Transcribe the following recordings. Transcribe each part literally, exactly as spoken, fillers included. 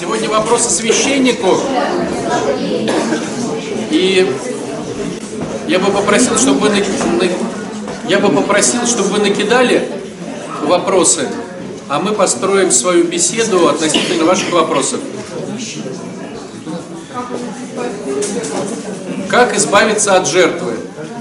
Сегодня вопросы священнику. И я бы попросил, чтобы вы, на... я бы попросил, чтобы вы накидали вопросы, а мы построим свою беседу относительно ваших вопросов. Как избавиться от жертвы?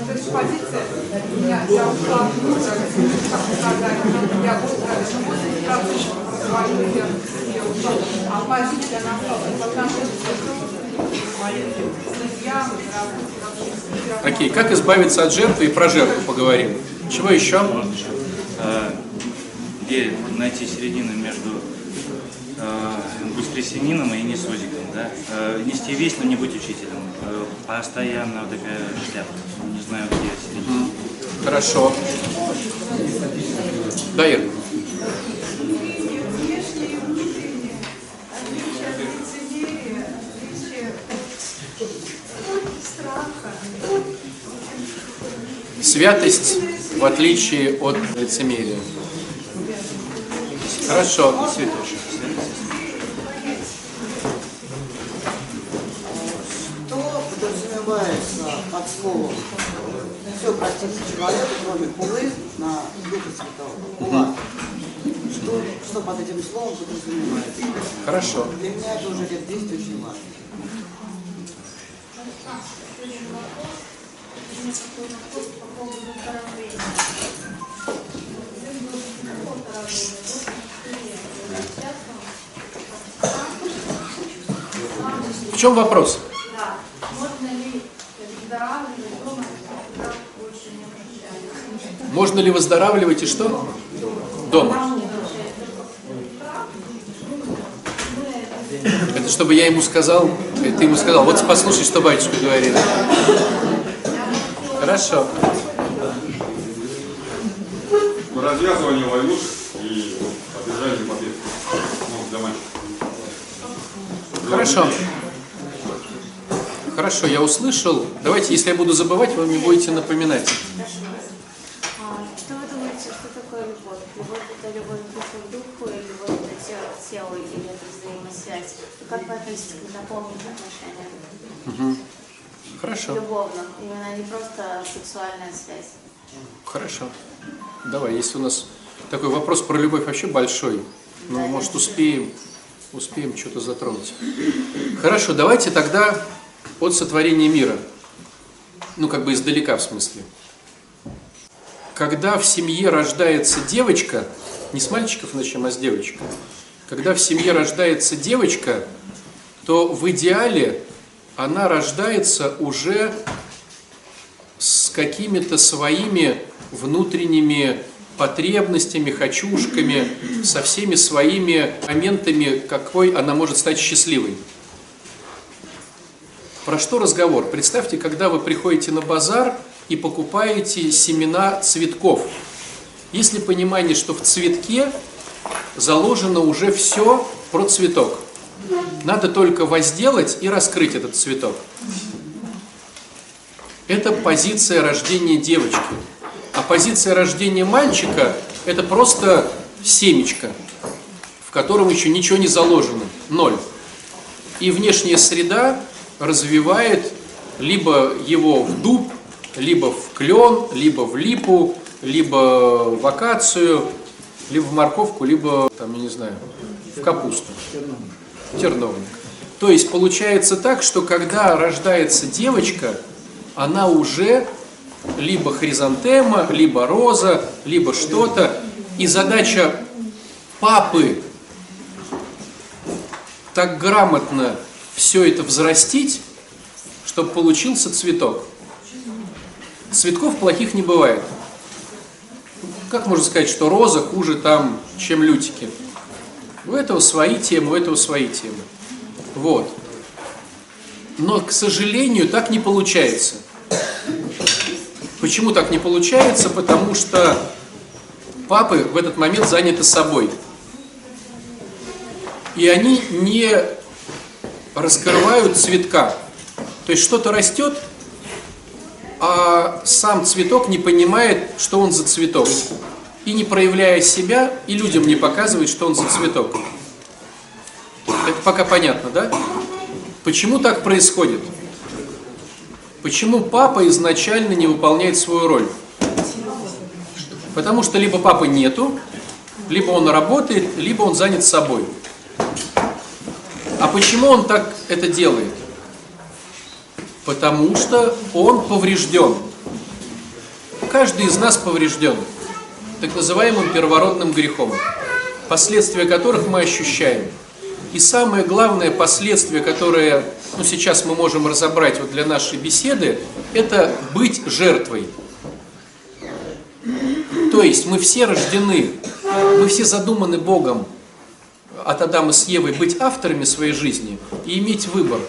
Окей, как избавиться от жертвы и про жертву поговорим. Чего еще? Где найти середину между быть христианином и не созиком, да? Нести весть, но не быть учителем. Постоянно вот такая шляпа. Не знаю, где середина. Хорошо. Да, Ир? Святость в отличие от лицемерия. Хорошо. Что подразумевается под словом «все простится человеку, кроме пулы на Духа Святого»? Пула. Что, что под этим словом подразумевается? Хорошо. Для меня это уже лет десять очень важно. В чем вопрос? Да. Можно ли выздоравливать дома, когда больше не обращались? Можно ли выздоравливать и что? Дома. Это чтобы я ему сказал, и ты ему сказал, вот послушай, что батюшка говорит. Хорошо. Развязывание войнушек и обязательный побег. Ну, для мальчиков. Хорошо. Хорошо, я услышал. Давайте, если я буду забывать, вы мне будете напоминать. А, что вы думаете, что такое любовь? Любовь – это любовь к духу к духу, или любовь – это тело к телу, или это взаимосвязь? Как вы относитесь к наполненным отношениям? Угу. Хорошо. Любовным, именно не просто сексуальная связь. Хорошо. Давай, если у нас такой вопрос про любовь вообще большой, ну, да, может, успеем, успеем что-то затронуть. Хорошо, давайте тогда от сотворения мира. Ну, как бы издалека, в смысле. Когда в семье рождается девочка, не с мальчиков начнем, а с девочкой. Когда в семье рождается девочка, то в идеале она рождается уже с какими-то своими внутренними потребностями, хочушками, со всеми своими моментами, какой она может стать счастливой. Про что разговор? Представьте, когда вы приходите на базар и покупаете семена цветков. Есть ли понимание, что в цветке заложено уже все про цветок? Надо только возделать и раскрыть этот цветок. Это позиция рождения девочки. А позиция рождения мальчика – это просто семечко, в котором еще ничего не заложено, ноль. И внешняя среда развивает либо его в дуб, либо в клен, либо в липу, либо в акацию, либо в морковку, либо, там, я не знаю, в капусту. Терновник. То есть получается так, что когда рождается девочка, она уже либо хризантема, либо роза, либо что-то. И задача папы так грамотно все это взрастить, чтобы получился цветок. Цветков плохих не бывает. Как можно сказать, что роза хуже там, чем лютики? У этого свои темы, у этого свои темы. Вот. Но, к сожалению, так не получается. Почему так не получается? Потому что папы в этот момент заняты собой. И они не раскрывают цветка. То есть что-то растет, а сам цветок не понимает, что он за цветок. И не проявляя себя, и людям не показывает, что он за цветок. Это пока понятно, да? Почему так происходит? Почему папа изначально не выполняет свою роль? Потому что либо папы нету, либо он работает, либо он занят собой. А почему он так это делает? Потому что он поврежден. Каждый из нас поврежден так называемым первородным грехом, последствия которых мы ощущаем. И самое главное последствие, которое ну, сейчас мы можем разобрать вот для нашей беседы, это быть жертвой. То есть мы все рождены, мы все задуманы Богом от Адама с Евой быть авторами своей жизни и иметь выбор.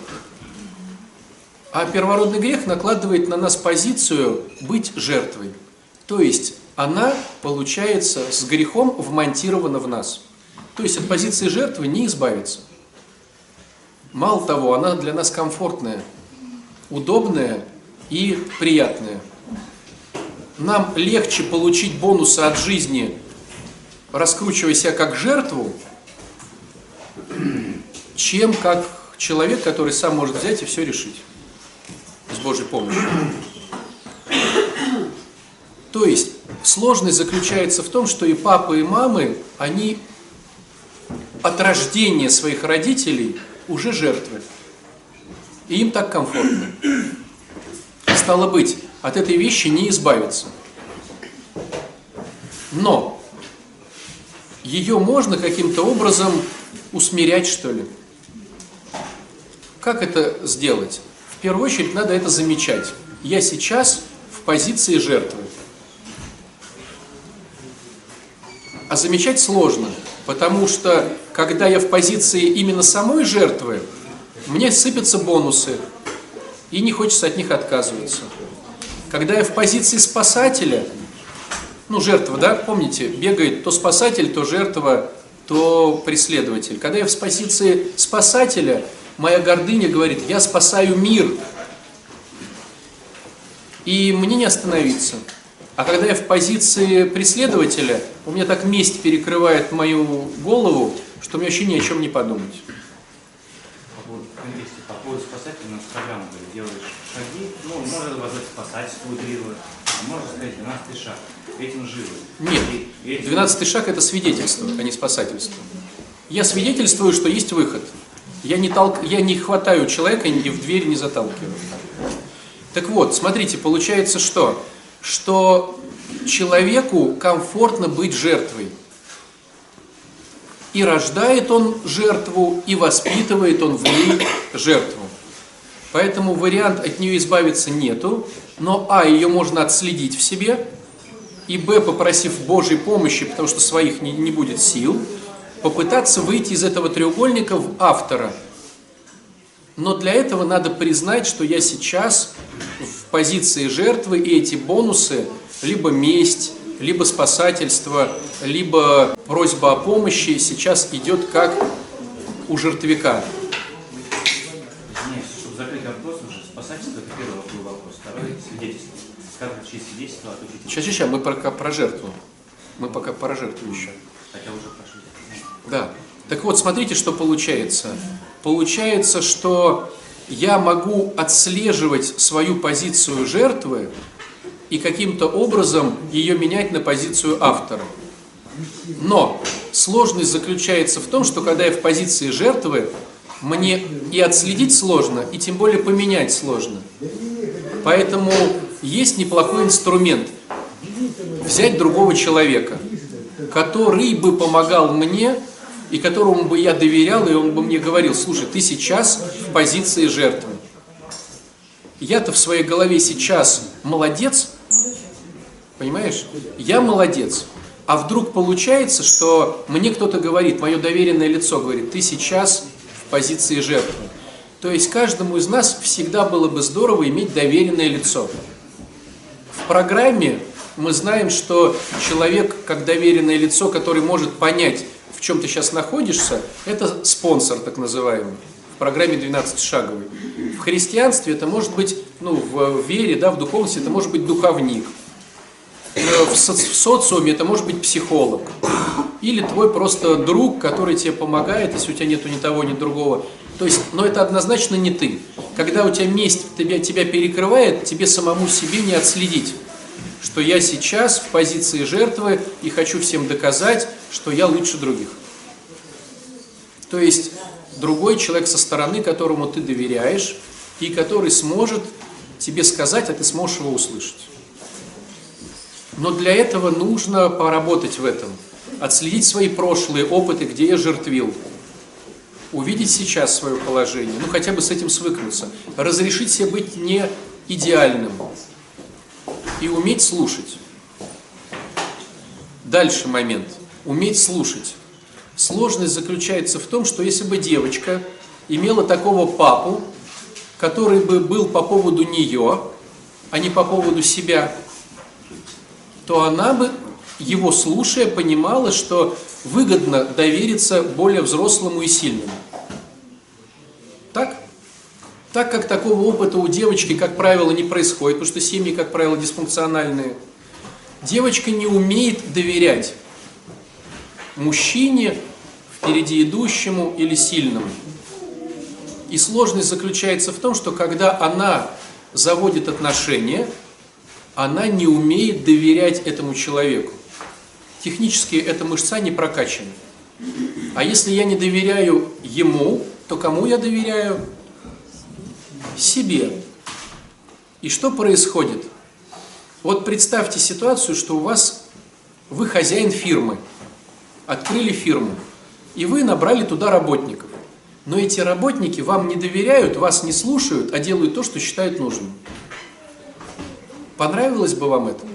А первородный грех накладывает на нас позицию быть жертвой. То есть она, получается, с грехом вмонтирована в нас. То есть от позиции жертвы не избавиться. Мало того, она для нас комфортная, удобная и приятная. Нам легче получить бонусы от жизни, раскручивая себя как жертву, чем как человек, который сам может взять и все решить с Божьей помощью. То есть сложность заключается в том, что и папы, и мамы, они от рождения своих родителей уже жертвы. И им так комфортно. Стало быть, от этой вещи не избавиться. Но ее можно каким-то образом усмирять, что ли. Как это сделать? В первую очередь надо это замечать. Я сейчас в позиции жертвы. А замечать сложно, потому что, когда я в позиции именно самой жертвы, мне сыпятся бонусы, и не хочется от них отказываться. Когда я в позиции спасателя, ну, жертва, да, помните, бегает то спасатель, то жертва, то преследователь. Когда я в позиции спасателя, моя гордыня говорит, я спасаю мир, и мне не остановиться. А когда я в позиции преследователя, у меня так месть перекрывает мою голову, что мне вообще ни о чем не подумать. По поводу, по поводу спасателя, у нас программа говорит, делаешь шаги, ну, можно назвать спасательство утрированно, а можно сказать двенадцатый шаг. Этим живы. Нет, двенадцатый шаг это свидетельство, а не спасательство. Я свидетельствую, что есть выход. Я не, толк... я не хватаю человека и в дверь не заталкиваю. Так вот, смотрите, получается что? Что человеку комфортно быть жертвой. И рождает он жертву, и воспитывает он в ней жертву. Поэтому вариант от нее избавиться нету, но а, ее можно отследить в себе, и б, попросив Божьей помощи, потому что своих не, не будет сил, попытаться выйти из этого треугольника в автора. Но для этого надо признать, что я сейчас в позиции жертвы, и эти бонусы, либо месть, либо спасательство, либо просьба о помощи сейчас идет как у жертвяка. Нет, чтобы закрыть вопрос, уже спасательство это первый вопрос, второй свидетельство. Как через свидетельство отучить? Сейчас, сейчас, мы пока про жертву. Мы пока про жертву еще. Хотя уже прошли. Да. Так вот, смотрите, что получается. Получается, что я могу отслеживать свою позицию жертвы и каким-то образом ее менять на позицию автора. Но сложность заключается в том, что когда я в позиции жертвы, мне и отследить сложно, и тем более поменять сложно. Поэтому есть неплохой инструмент. Взять другого человека, который бы помогал мне, и которому бы я доверял, и он бы мне говорил, слушай, ты сейчас в позиции жертвы. Я-то в своей голове сейчас молодец, понимаешь? Я молодец. А вдруг получается, что мне кто-то говорит, мое доверенное лицо говорит, ты сейчас в позиции жертвы. То есть каждому из нас всегда было бы здорово иметь доверенное лицо. В программе мы знаем, что человек, как доверенное лицо, который может понять, в чем ты сейчас находишься, это спонсор, так называемый, в программе двенадцатишаговой. В христианстве это может быть, ну, в вере, да, в духовности это может быть духовник. в, со в социуме это может быть психолог. Или твой просто друг, который тебе помогает, если у тебя нету ни того, ни другого. То есть, но это однозначно не ты. Когда у тебя месть тебя, тебя перекрывает, тебе самому себе не отследить, что я сейчас в позиции жертвы и хочу всем доказать, что я лучше других. То есть, другой человек со стороны, которому ты доверяешь, и который сможет тебе сказать, а ты сможешь его услышать. Но для этого нужно поработать в этом. Отследить свои прошлые опыты, где я жертвил. Увидеть сейчас свое положение, ну хотя бы с этим свыкнуться. Разрешить себе быть не идеальным. И уметь слушать. Дальше момент. Уметь слушать. Сложность заключается в том, что если бы девочка имела такого папу, который бы был по поводу нее, а не по поводу себя, то она бы, его слушая, понимала, что выгодно довериться более взрослому и сильному. Так? Так как такого опыта у девочки, как правило, не происходит, потому что семьи, как правило, дисфункциональные, девочка не умеет доверять мужчине, впереди идущему или сильному. И сложность заключается в том, что когда она заводит отношения, она не умеет доверять этому человеку. Технически эта мышца не прокачана. А если я не доверяю ему, то кому я доверяю? Себе. И что происходит? Вот представьте ситуацию, что у вас, вы хозяин фирмы, открыли фирму, и вы набрали туда работников. Но эти работники вам не доверяют, вас не слушают, а делают то, что считают нужным. Понравилось бы вам это?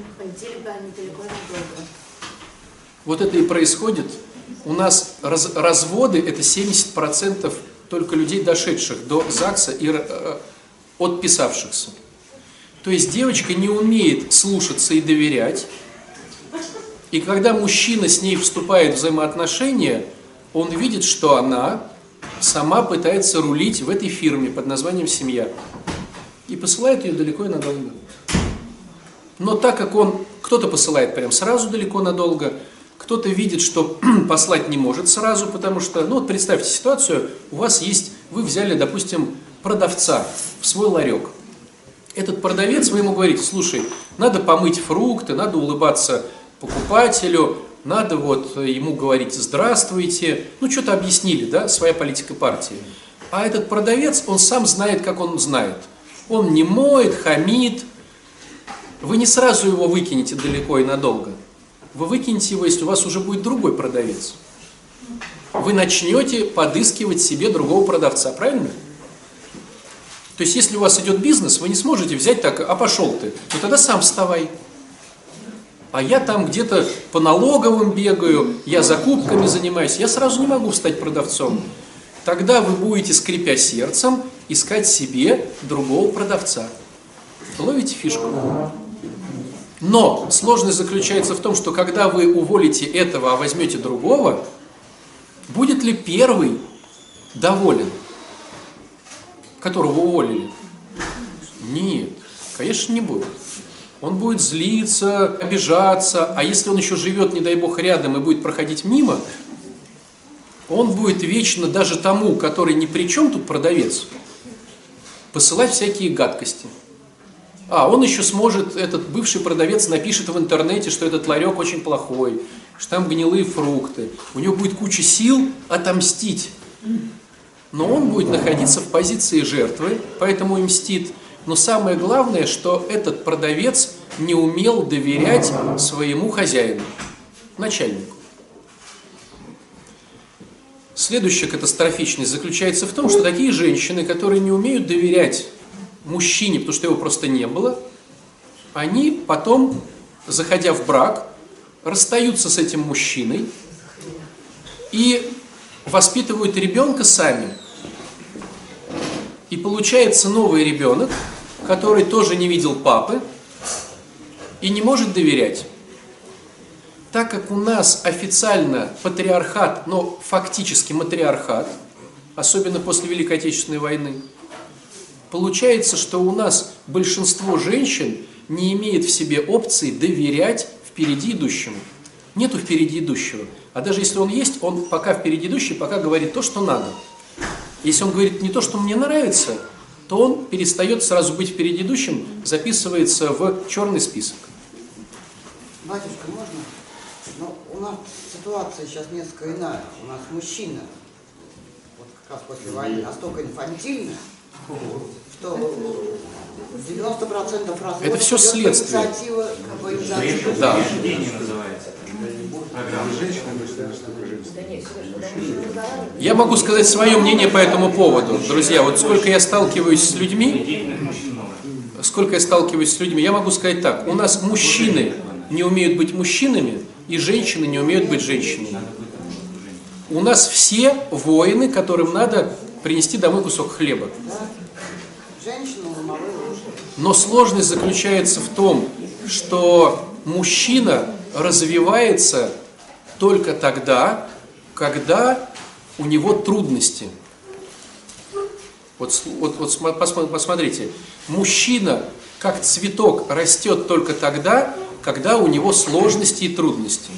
Вот это и происходит. У нас раз, разводы – это семьдесят процентов только людей, дошедших до ЗАГСа и э, отписавшихся. То есть девочка не умеет слушаться и доверять. И когда мужчина с ней вступает в взаимоотношения, он видит, что она сама пытается рулить в этой фирме под названием «семья». И посылает ее далеко и надолго. Но так как он, кто-то посылает прям сразу далеко надолго, кто-то видит, что послать не может сразу, потому что, ну вот представьте ситуацию, у вас есть, вы взяли, допустим, продавца в свой ларек. Этот продавец, вы ему говорите: слушай, надо помыть фрукты, надо улыбаться покупателю, надо вот ему говорить здравствуйте, ну что-то объяснили, да, своя политика партии. А этот продавец, он сам знает, как он знает. Он не моет, хамит. Вы не сразу его выкинете далеко и надолго. Вы выкинете его, если у вас уже будет другой продавец. Вы начнете подыскивать себе другого продавца, правильно? То есть, если у вас идет бизнес, вы не сможете взять так: а пошел ты, ну тогда сам вставай. А я там где-то по налоговым бегаю, я закупками занимаюсь, я сразу не могу стать продавцом. Тогда вы будете, скрипя сердцем, искать себе другого продавца. Ловите фишку? Но сложность заключается в том, что когда вы уволите этого, а возьмете другого, будет ли первый доволен, которого уволили? Нет, конечно, не будет. Он будет злиться, обижаться, а если он еще живет, не дай бог, рядом и будет проходить мимо, он будет вечно даже тому, который ни при чем тут продавец, посылать всякие гадкости. А, он еще сможет, этот бывший продавец напишет в интернете, что этот ларек очень плохой, что там гнилые фрукты. У него будет куча сил отомстить. Но он будет находиться в позиции жертвы, поэтому и мстит. Но самое главное, что этот продавец не умел доверять своему хозяину, начальнику. Следующая катастрофичность заключается в том, что такие женщины, которые не умеют доверять мужчине, потому что его просто не было, они потом, заходя в брак, расстаются с этим мужчиной и воспитывают ребенка сами. И получается новый ребенок, который тоже не видел папы и не может доверять. Так как у нас официально патриархат, но фактически матриархат, особенно после Великой Отечественной войны, получается, что у нас большинство женщин не имеет в себе опции доверять впереди идущему. Нету впереди идущего. А даже если он есть, он пока впереди идущий, пока говорит то, что надо. Если он говорит не то, что мне нравится, то он перестает сразу быть впереди идущим, записывается в черный список. Батюшка, можно? Но у нас ситуация сейчас несколько иная. У нас мужчина, вот как раз после войны, настолько инфантильный, что девяносто процентов разводов это все следствие. Инициатива, как бы, инициатива. Да. называется. Я могу сказать свое мнение по этому поводу. Друзья, вот сколько я сталкиваюсь с людьми, сколько я сталкиваюсь с людьми, я могу сказать так. У нас мужчины не умеют быть мужчинами, и женщины не умеют быть женщинами. У нас все воины, которым надо принести домой кусок хлеба. Но сложность заключается в том, что мужчина развивается только тогда, когда у него трудности. Вот, вот, вот посмотрите, мужчина как цветок растет только тогда, когда у него сложности и трудности.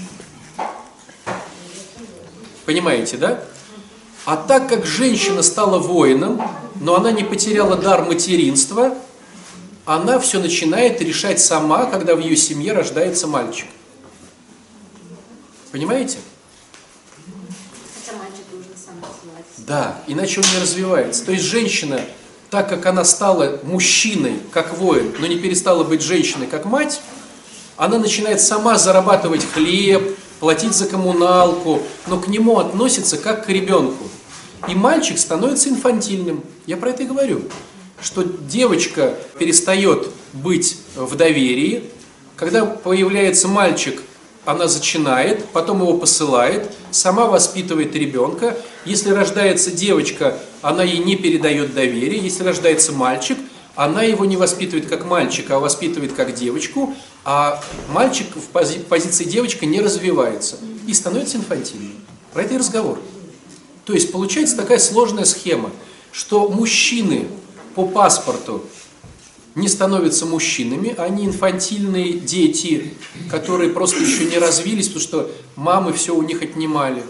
Понимаете, да? А так как женщина стала воином, но она не потеряла дар материнства, она все начинает решать сама, когда в ее семье рождается мальчик. Понимаете? Хотя мальчик должен сам развиваться. Да, иначе он не развивается. То есть женщина, так как она стала мужчиной, как воин, но не перестала быть женщиной, как мать, она начинает сама зарабатывать хлеб, платить за коммуналку, но к нему относится как к ребенку. И мальчик становится инфантильным. Я про это и говорю. Что девочка перестает быть в доверии. Когда появляется мальчик, она зачинает, потом его посылает, сама воспитывает ребенка. Если рождается девочка, она ей не передает доверие. Если рождается мальчик, она его не воспитывает как мальчика, а воспитывает как девочку. А мальчик в пози- позиции девочка не развивается и становится инфантильным. Про это и разговор. То есть получается такая сложная схема, что мужчины по паспорту не становятся мужчинами, они инфантильные дети, которые просто еще не развились, потому что мамы все у них отнимали.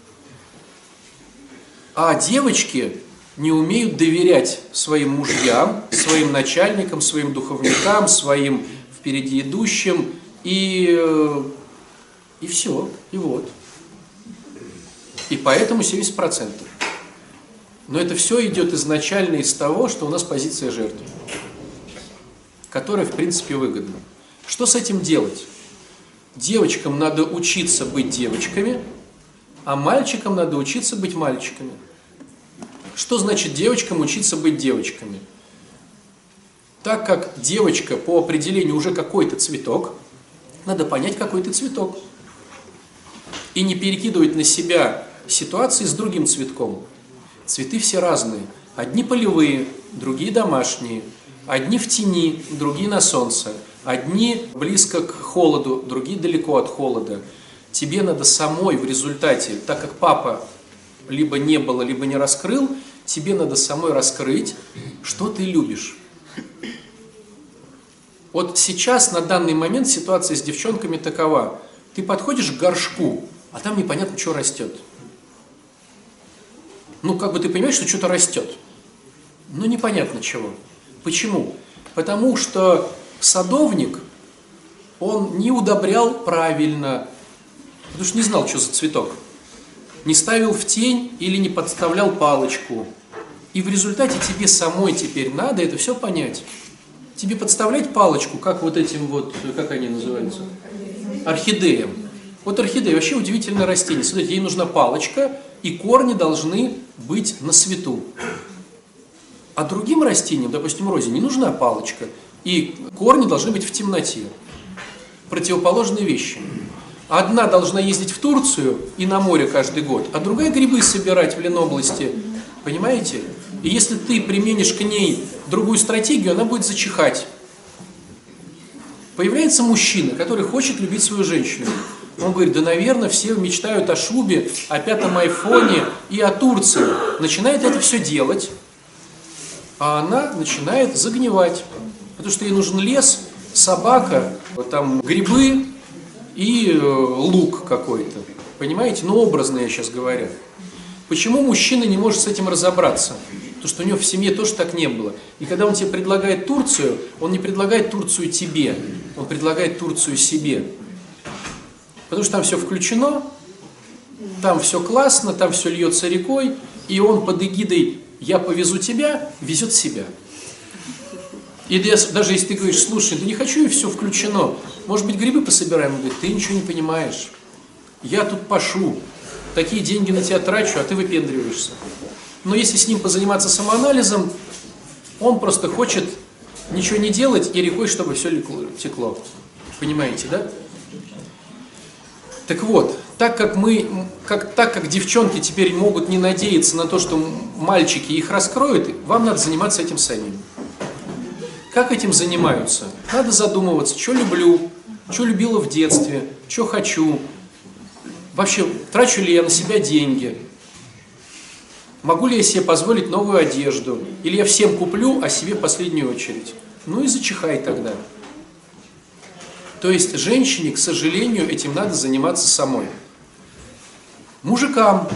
А девочки не умеют доверять своим мужьям, своим начальникам, своим духовникам, своим впереди идущим, и, и все, и вот. И поэтому семьдесят процентов. Но это все идет изначально из того, что у нас позиция жертвы, которая в принципе выгодна. Что с этим делать? Девочкам надо учиться быть девочками, а мальчикам надо учиться быть мальчиками. Что значит девочкам учиться быть девочками? Так как девочка по определению уже какой-то цветок, надо понять, какой ты цветок. И не перекидывать на себя ситуации с другим цветком. Цветы все разные. Одни полевые, другие домашние. Одни в тени, другие на солнце. Одни близко к холоду, другие далеко от холода. Тебе надо самой в результате, так как папа либо не было, либо не раскрыл, тебе надо самой раскрыть, что ты любишь. Вот сейчас, на данный момент, ситуация с девчонками такова. Ты подходишь к горшку, а там непонятно, что растет. Ну, как бы ты понимаешь, что что-то растет. Но непонятно чего. Почему? Потому что садовник, он не удобрял правильно, потому что не знал, что за цветок. Не ставил в тень или не подставлял палочку. И в результате тебе самой теперь надо это все понять. Тебе подставлять палочку, как вот этим вот, как они называются? Орхидеям. Вот орхидея вообще удивительное растение. Смотрите, ей нужна палочка, и корни должны быть на свету. А другим растениям, допустим, розе, не нужна палочка, и корни должны быть в темноте. Противоположные вещи. Одна должна ездить в Турцию и на море каждый год, а другая грибы собирать в Ленобласти. Понимаете? И если ты применишь к ней другую стратегию, она будет зачихать. Появляется мужчина, который хочет любить свою женщину. Он говорит, да, наверное, все мечтают о шубе, о пятом айфоне и о Турции. Начинает это все делать, а она начинает загнивать. Потому что ей нужен лес, собака, вот там грибы и э, лук какой-то. Понимаете? Ну, образно я сейчас говорю. Почему мужчина не может с этим разобраться? Потому что у него в семье тоже так не было. И когда он тебе предлагает Турцию, он не предлагает Турцию тебе, он предлагает Турцию себе. Потому что там все включено, там все классно, там все льется рекой, и он под эгидой «я повезу тебя» везет себя. И даже если ты говоришь: слушай, да не хочу, и все включено, может быть, грибы пособираем? Он говорит: ты ничего не понимаешь, я тут пашу, такие деньги на тебя трачу, а ты выпендриваешься. Но если с ним позаниматься самоанализом, он просто хочет ничего не делать и рекой, чтобы все текло. Понимаете, да? Так вот, так как мы, как, так как девчонки теперь могут не надеяться на то, что мальчики их раскроют, вам надо заниматься этим самим. Как этим занимаются? Надо задумываться, что люблю, что любила в детстве, что хочу. Вообще, трачу ли я на себя деньги? Могу ли я себе позволить новую одежду? Или я всем куплю, а себе в последнюю очередь? Ну и зачихай тогда. То есть женщине, к сожалению, этим надо заниматься самой. Мужикам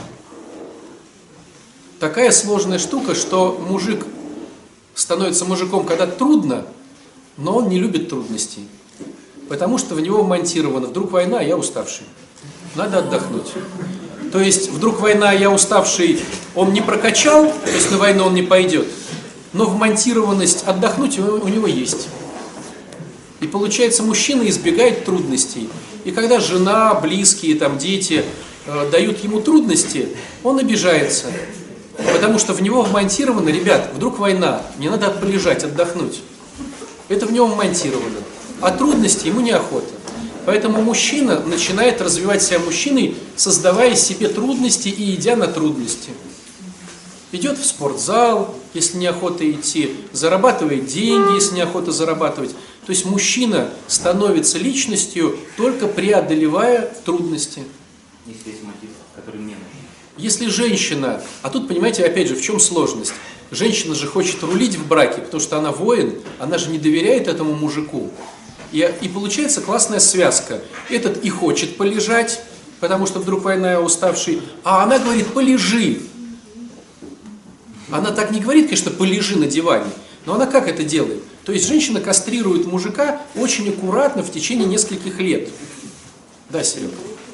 такая сложная штука, что мужик становится мужиком, когда трудно, но он не любит трудностей. Потому что в него вмонтировано: вдруг война, а я уставший. Надо отдохнуть. То есть вдруг война, а я уставший, он не прокачал, то есть на войну он не пойдет, но вмонтированность отдохнуть у него есть. И получается, мужчина избегает трудностей. И когда жена, близкие, там, дети э, дают ему трудности, он обижается. Потому что в него вмонтировано: ребят, вдруг война, мне надо полежать, отдохнуть. Это в него вмонтировано. А трудности ему неохота. Поэтому мужчина начинает развивать себя мужчиной, создавая себе трудности и идя на трудности. Идет в спортзал, если неохота идти, зарабатывает деньги, если неохота зарабатывать. То есть мужчина становится личностью, только преодолевая трудности. Если есть мотив, который мне нужен. Если женщина, а тут, понимаете, опять же, в чем сложность? Женщина же хочет рулить в браке, потому что она воин, она же не доверяет этому мужику. И, и получается классная связка. Этот и хочет полежать, потому что вдруг война, уставший, а она говорит: полежи. Она так не говорит, конечно, полежи на диване, но она как это делает? То есть женщина кастрирует мужика очень аккуратно в течение нескольких лет. Да, Серега?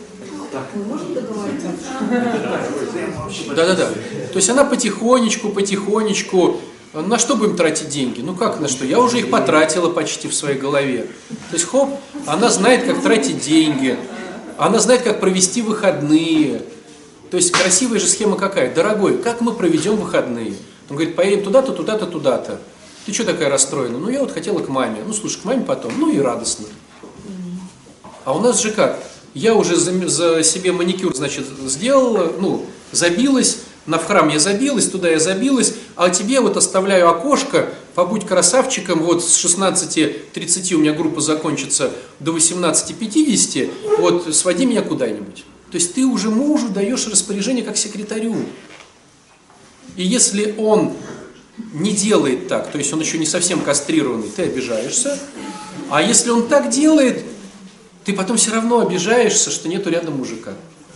Да-да-да. То есть она потихонечку, потихонечку. На что будем тратить деньги? Ну как на что? Я уже их потратила почти в своей голове. То есть хоп, она знает, как тратить деньги. Она знает, как провести выходные. То есть красивая же схема какая? Дорогой, как мы проведем выходные? Он говорит: поедем туда-то, туда-то, туда-то. Ты что такая расстроена? Ну я вот хотела к маме. Ну слушай, к маме потом. Ну и радостно. А у нас же как? Я уже за, за себе маникюр, значит, сделала, ну, забилась. На в храм я забилась, туда я забилась, а тебе вот оставляю окошко, побудь красавчиком, вот с шестнадцати тридцати у меня группа закончится до восемнадцати пятидесяти, вот своди меня куда-нибудь. То есть ты уже мужу даешь распоряжение как секретарю. И если он не делает так, то есть он еще не совсем кастрированный, ты обижаешься, а если он так делает, ты потом все равно обижаешься, что нету рядом мужика.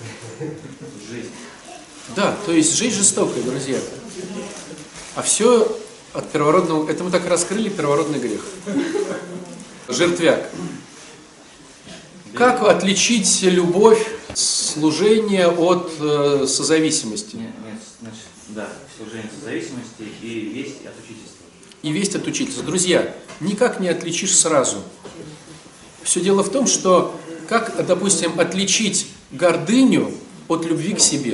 Да, то есть жизнь жестокая, друзья. А все от первородного... Это мы так раскрыли первородный грех. Жертвяк. Как отличить любовь, служение от э, созависимости? Нет, нет, значит, да, служение созависимости и весть от учительства. И весть от учительства. Друзья, никак не отличишь сразу. Все дело в том, что как, допустим, отличить гордыню от любви к себе?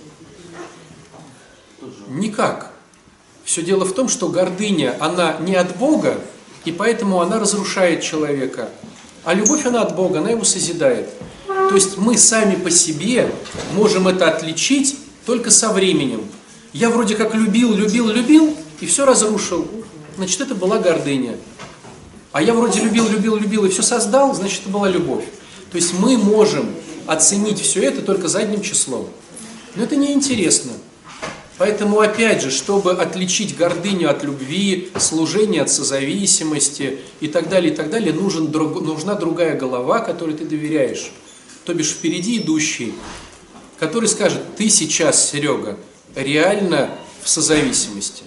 Никак. Все дело в том, что гордыня, она не от Бога, и поэтому она разрушает человека. А любовь, она от Бога, она его созидает. То есть мы сами по себе можем это отличить только со временем. Я вроде как любил, любил, любил, и все разрушил. Значит, это была гордыня. А я вроде любил, любил, любил, и все создал, значит, это была любовь. То есть мы можем оценить все это только задним числом. Но это неинтересно. Поэтому, опять же, чтобы отличить гордыню от любви, служение от созависимости и так далее, и так далее, нужен, друг, нужна другая голова, которой ты доверяешь. То бишь впереди идущий, который скажет: ты сейчас, Серега, реально в созависимости.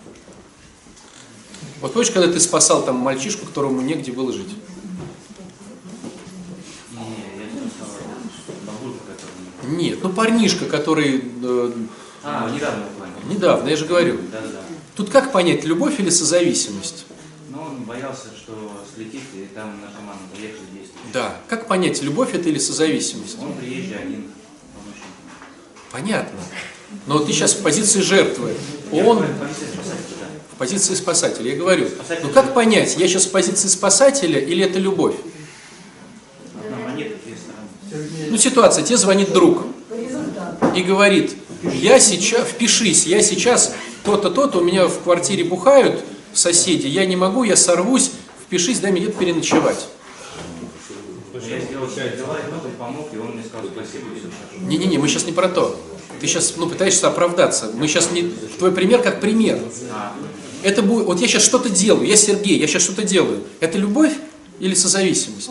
Вот помнишь, когда ты спасал там мальчишку, которому негде было жить? Нет, ну парнишка, который... Э, а, недавно буквально. Недавно, я же говорю. Да, да, да. Тут как понять, любовь или созависимость? Ну, он боялся, что слетит, и там наркоманы легче действует. Да, как понять, любовь это или созависимость? Он приезжий один. Понятно. Но ты сейчас в позиции жертвы. Он в позиции спасателя, я говорю. Ну как понять, я сейчас в позиции спасателя или это любовь? Ну ситуация, тебе звонит друг и говорит: я сейчас, впишись, я сейчас то-то, то-то, у меня в квартире бухают соседи, я не могу, я сорвусь, впишись, дай мне где-то переночевать. Я сделал все дела, и потом помог, и он мне сказал спасибо, и все хорошо. Не-не-не, мы сейчас не про то. Ты сейчас, ну, пытаешься оправдаться. Мы сейчас не... Твой пример как пример. Это будет... Вот я сейчас что-то делаю, я Сергей, я сейчас что-то делаю. Это любовь или созависимость?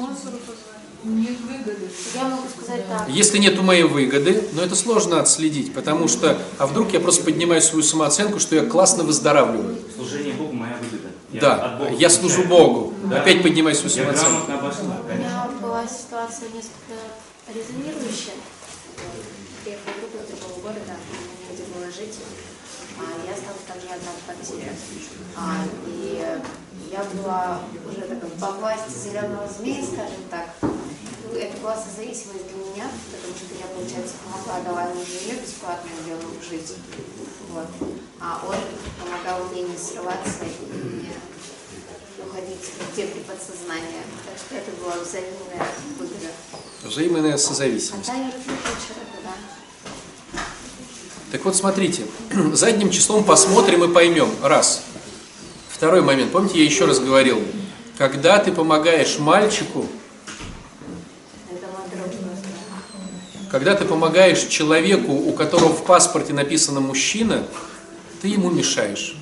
Я могу сказать так. Если нету моей выгоды, но это сложно отследить, потому что... А вдруг я просто поднимаю свою самооценку, что я классно выздоравливаю. Служение Богу моя выгода. Я да, я служу Богу. Да. Опять поднимаю свою Я самооценку. грамотно обосновал, У меня была ситуация несколько резонирующая. Приехала группа из другого города, мне негде было жить. А я осталась также одна в квартире. А, и я была уже так, во власти зеленого змея, скажем так. Это была созависимость для меня, потому что я, получается, помогла, дала ему жилье бесплатно, где он мог жить. Вот. А он помогал мне не срываться и уходить в дебри подсознания. Так что это была взаимная выгода. Взаимная созависимость. А та я люблю человека, да. Так вот, смотрите, задним числом посмотрим и поймем. Раз. Второй момент. Помните, я еще раз говорил, когда ты помогаешь мальчику, когда ты помогаешь человеку, у которого в паспорте написано «мужчина», ты ему мешаешь.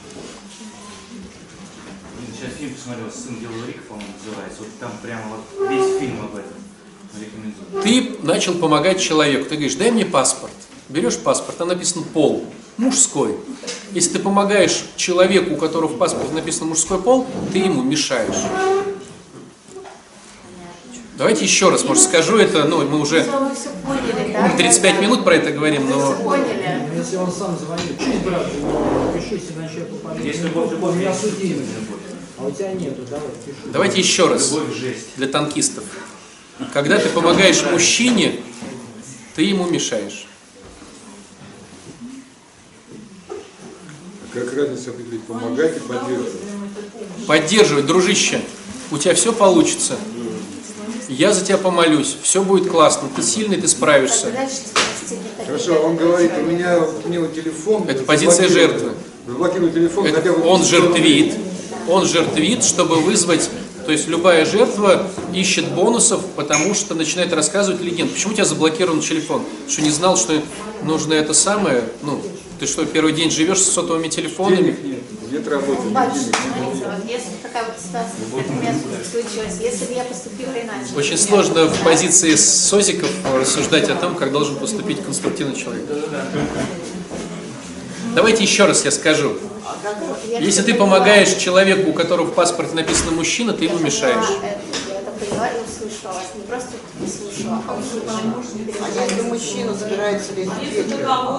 Сейчас фильм посмотрел, «Сын Белого Рика», по-моему, называется. Вот там прямо вот весь фильм об этом. Рекомендую. Ты начал помогать человеку, ты говоришь: дай мне паспорт. Берешь паспорт, там написано «пол», мужской. Если ты помогаешь человеку, у которого в паспорте написано «мужской пол», ты ему мешаешь. Давайте еще раз, может, скажу это, ну, мы уже тридцать пять минут про это говорим, но... Если он сам звонит, чуть, брат, пишись, иначе я попаду. Есть любовь, любовь, у меня есть судимый. А у тебя нету, давай, пиши. Давайте еще раз, любовь, жесть. для танкистов. Когда ты помогаешь мужчине, ты ему мешаешь. Как разница определить, помогать и поддерживать? Поддерживать, дружище, у тебя все получится. Я за тебя помолюсь, все будет классно, ты сильный, ты справишься. Хорошо, он говорит: у меня, у него телефон. Это позиция жертвы. Заблокируй телефон, Это хотя бы... он жертвит, он жертвит, чтобы вызвать, то есть любая жертва ищет бонусов, потому что начинает рассказывать легенду. Почему у тебя заблокирован телефон? Что не знал, что нужно это самое? Ну, ты что, первый день живешь с сотовыми телефонами? Денег нет, нет работы, нет Батюшка, денег. смотрите, вот если такая вот ситуация, как у меня случилась, если бы я поступила иначе. Очень сложно в позиции созиков рассуждать о том, как должен поступить конструктивный человек. Давайте еще раз я скажу. Если ты помогаешь человеку, у которого в паспорте написано «мужчина», ты ему мешаешь. Я это поняла и услышала вас. Не просто не слушала, а услышала. А если мужчина собирается лезть в дверь?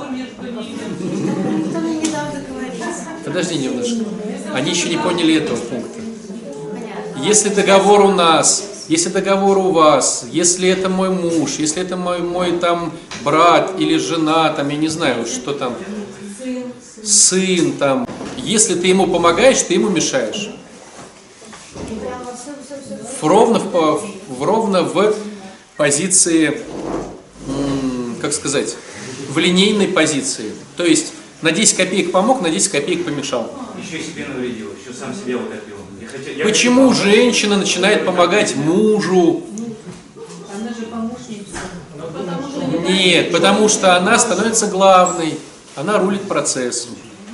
Никто мне не дал договориться. Подожди немножко. Они еще не поняли этого пункта. Понятно. Если договор у нас, если договор у вас, если это мой муж, если это мой, мой там брат или жена, там, я не знаю, что там, сын там, если ты ему помогаешь, ты ему мешаешь. Ровно в, в, ровно в позиции, как сказать, в линейной позиции. То есть на десять копеек помог, на десять копеек помешал. Еще и себе навредил, еще сам себе утопил. Я хотел, я Почему хотел... женщина начинает помогать мужу? Она же помощница. Нет, потому что она становится главной. она рулит процессом.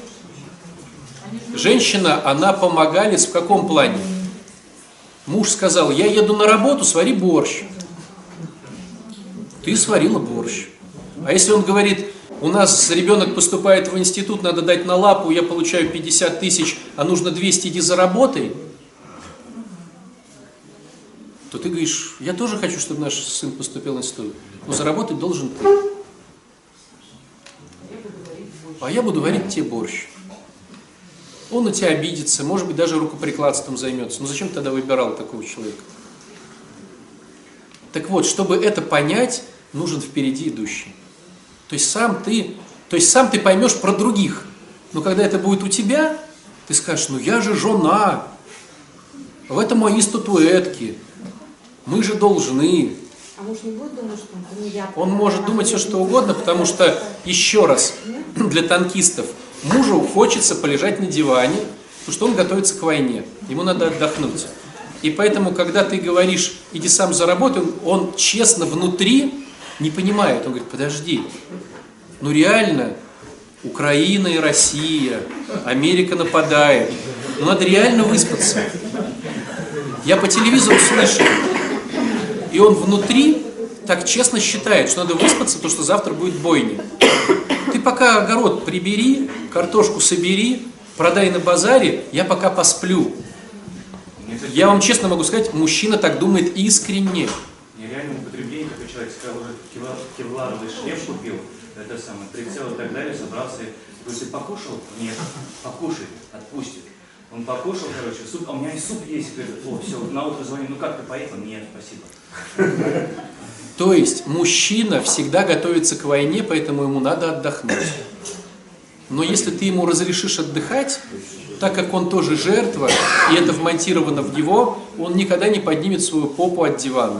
Женщина, она помогалец в каком плане? Муж сказал, я еду на работу, свари борщ. Ты сварила борщ. А если он говорит, у нас ребенок поступает в институт, надо дать на лапу, я получаю пятьдесят тысяч, а нужно двести, иди заработай, то ты говоришь, я тоже хочу, чтобы наш сын поступил в институт, но заработать должен ты. А я буду варить тебе борщ. Он на тебя обидится, может быть, даже рукоприкладством займется. Ну зачем ты тогда выбирал такого человека? Так вот, чтобы это понять, нужен впереди идущий. То есть сам ты, то есть сам ты поймешь про других. Но когда это будет у тебя, ты скажешь, ну я же жена, в этом мои статуэтки, мы же должны. А муж не будет думать, что ну, я... Он может думать все, что угодно, потому что, еще раз, для танкистов, мужу хочется полежать на диване, потому что он готовится к войне, ему надо отдохнуть. И поэтому, когда ты говоришь, иди сам заработай, он честно внутри не понимает. Он говорит, подожди, ну реально, Украина и Россия, Америка нападает, ну надо реально выспаться. Я по телевизору слышу, и он внутри так честно считает, что надо выспаться, потому что завтра будет бойня. Ты пока огород прибери, картошку собери, продай на базаре, я пока посплю. Я вам честно могу сказать, мужчина так думает искренне. Нереальное употребление, такой человек сказал, уже кевларовый шлем купил, это самое, прицел и так далее, собрался, говорит, ты покушал? Нет, покушай, отпустит. Он покушал, короче, суп, а у меня и суп есть, говорит, о, все, на утро звоню, ну как ты поехал? Нет, спасибо. То есть мужчина всегда готовится к войне, поэтому ему надо отдохнуть. Но если ты ему разрешишь отдыхать, так как он тоже жертва, и это вмонтировано в него, он никогда не поднимет свою попу от дивана.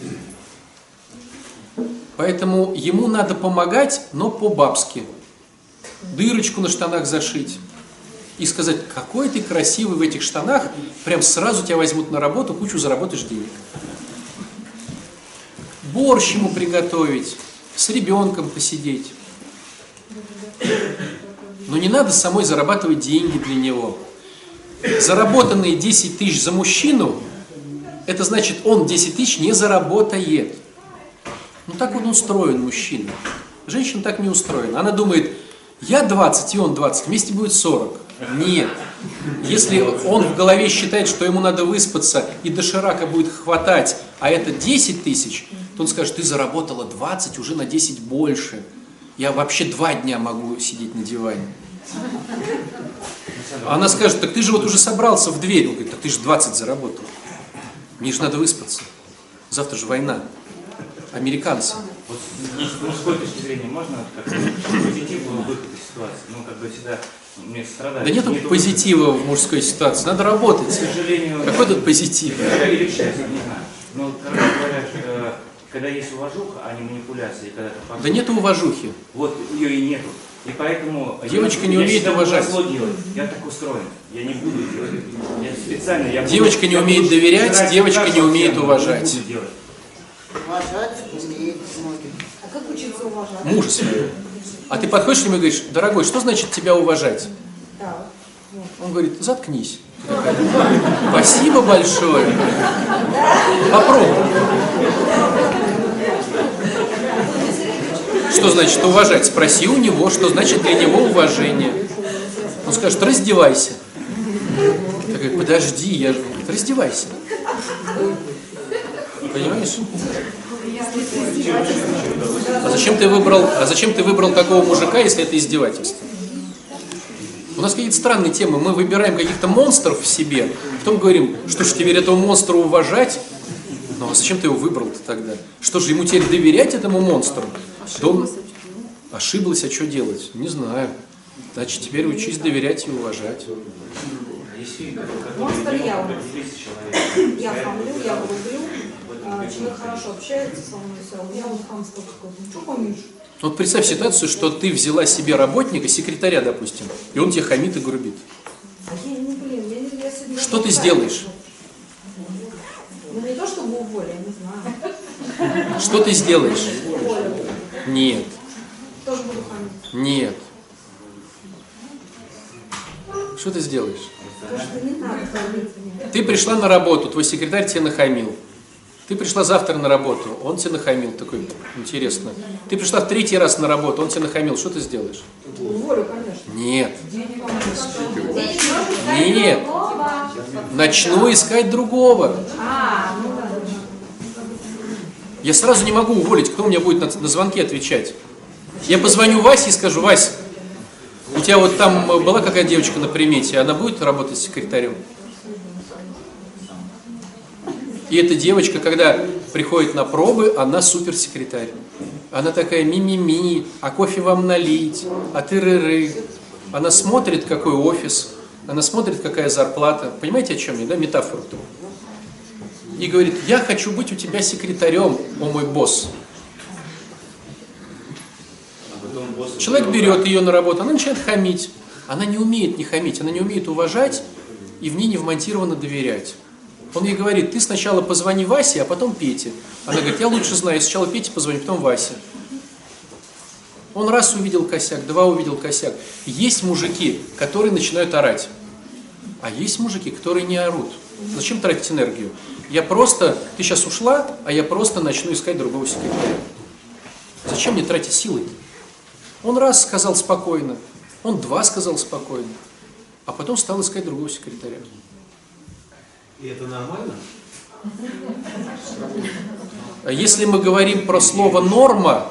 Поэтому ему надо помогать, но по-бабски. Дырочку на штанах зашить. И сказать, какой ты красивый в этих штанах, прям сразу тебя возьмут на работу, кучу заработаешь денег. Борщ ему приготовить, с ребенком посидеть. Но не надо самой зарабатывать деньги для него. Заработанные десять тысяч за мужчину, это значит, он десять тысяч не заработает. Ну так он устроен, мужчина. Женщина так не устроена. Она думает, я двадцать, и он двадцать, вместе будет сорок. Нет. Если он в голове считает, что ему надо выспаться, и доширака будет хватать, а это десять тысяч, то он скажет, ты заработала двадцать, уже на десять больше. Я вообще два дня могу сидеть на диване. Она скажет, так ты же вот уже собрался в дверь. Он говорит, так ты же двадцать заработал. Мне же надо выспаться. Завтра же война. Американцы. Вот с мужской точки зрения можно как-то позитивный выход из ситуации? Ну, как бы всегда мне страдать. Да нету нету позитива в мужской ситуации. Надо работать. К сожалению... Какой тут позитив? Или к счастью, не знаю. Но, короче говоря, когда есть уважуха, а не манипуляция, когда ты Да нету уважухи. Вот ее и нету. И поэтому девочка я, не умеет я уважать. Делать. Я так устроен. Я не буду делать. Я специально. Я девочка буду, не умеет буду, доверять, девочка не умеет я уважать. Не буду делать. Уважать умеет многие. А как учиться уважать? Мужа своего. А ты подходишь к нему и говоришь, дорогой, что значит тебя уважать? Да. Он говорит, заткнись. Ты такая, спасибо большое. Попробуй. Что значит уважать? Спроси у него, что значит для него уважение. Он скажет, раздевайся. Ты такой, подожди, я же... Раздевайся. Понимаешь? А зачем ты выбрал, а зачем ты выбрал такого мужика, если это издевательство? У нас какие-то странные темы. Мы выбираем каких-то монстров в себе, потом говорим, что ж теперь этого монстра уважать? Ну а зачем ты его выбрал-то тогда? Что же, ему теперь доверять этому монстру? Ошиблась, он... Ошиблась, а что делать? Не знаю. Значит, теперь учись доверять и уважать. Монстр я у нас. Я хамлю, я грублю. Человек хорошо общается со мной, все. У меня вот хамство какое-то. Ну что помнишь? Вот представь ситуацию, что ты взяла себе работника, секретаря, допустим, и он тебе хамит и грубит. А я, ну блин, я не я сегодня... Что ты сделаешь? Ну не то чтобы уволю, я не знаю. Что ты сделаешь? Уволю. Нет. Тоже буду хамить. Нет. Что ты сделаешь? То, что не надо хамить. Ты пришла на работу, твой секретарь тебе нахамил. Ты пришла завтра на работу, он тебе нахамил. Такой, интересно. Ты пришла в третий раз на работу, он тебе нахамил. Что ты сделаешь? Уволю, конечно. Нет. Нет. Начну искать другого. А, ну да. Я сразу не могу уволить, кто у меня будет на, на звонки отвечать. Я позвоню Васе и скажу: Вась, у тебя вот там была какая девочка на примете, она будет работать секретарем? И эта девочка, когда приходит на пробы, она суперсекретарь. Она такая ми-ми-ми, а кофе вам налить, а ты-ры-ры. Она смотрит, какой офис, она смотрит, какая зарплата. Понимаете, о чем я, да, метафору? И говорит: я хочу быть у тебя секретарем, о мой босс. Человек берет ее на работу, она начинает хамить. Она не умеет не хамить, она не умеет уважать, и в ней не вмонтировано доверять. Он ей говорит: ты сначала позвони Васе, а потом Пете. Она говорит: я лучше знаю, сначала Пете позвони, потом Васе. Он раз увидел косяк, два увидел косяк. Есть мужики, которые начинают орать, а есть мужики, которые не орут. Зачем тратить энергию? Я просто, ты сейчас ушла, а я просто начну искать другого секретаря. Зачем мне тратить силы? Он раз сказал спокойно, он два сказал спокойно, а потом стал искать другого секретаря. И это нормально? Если мы говорим про слово «норма»,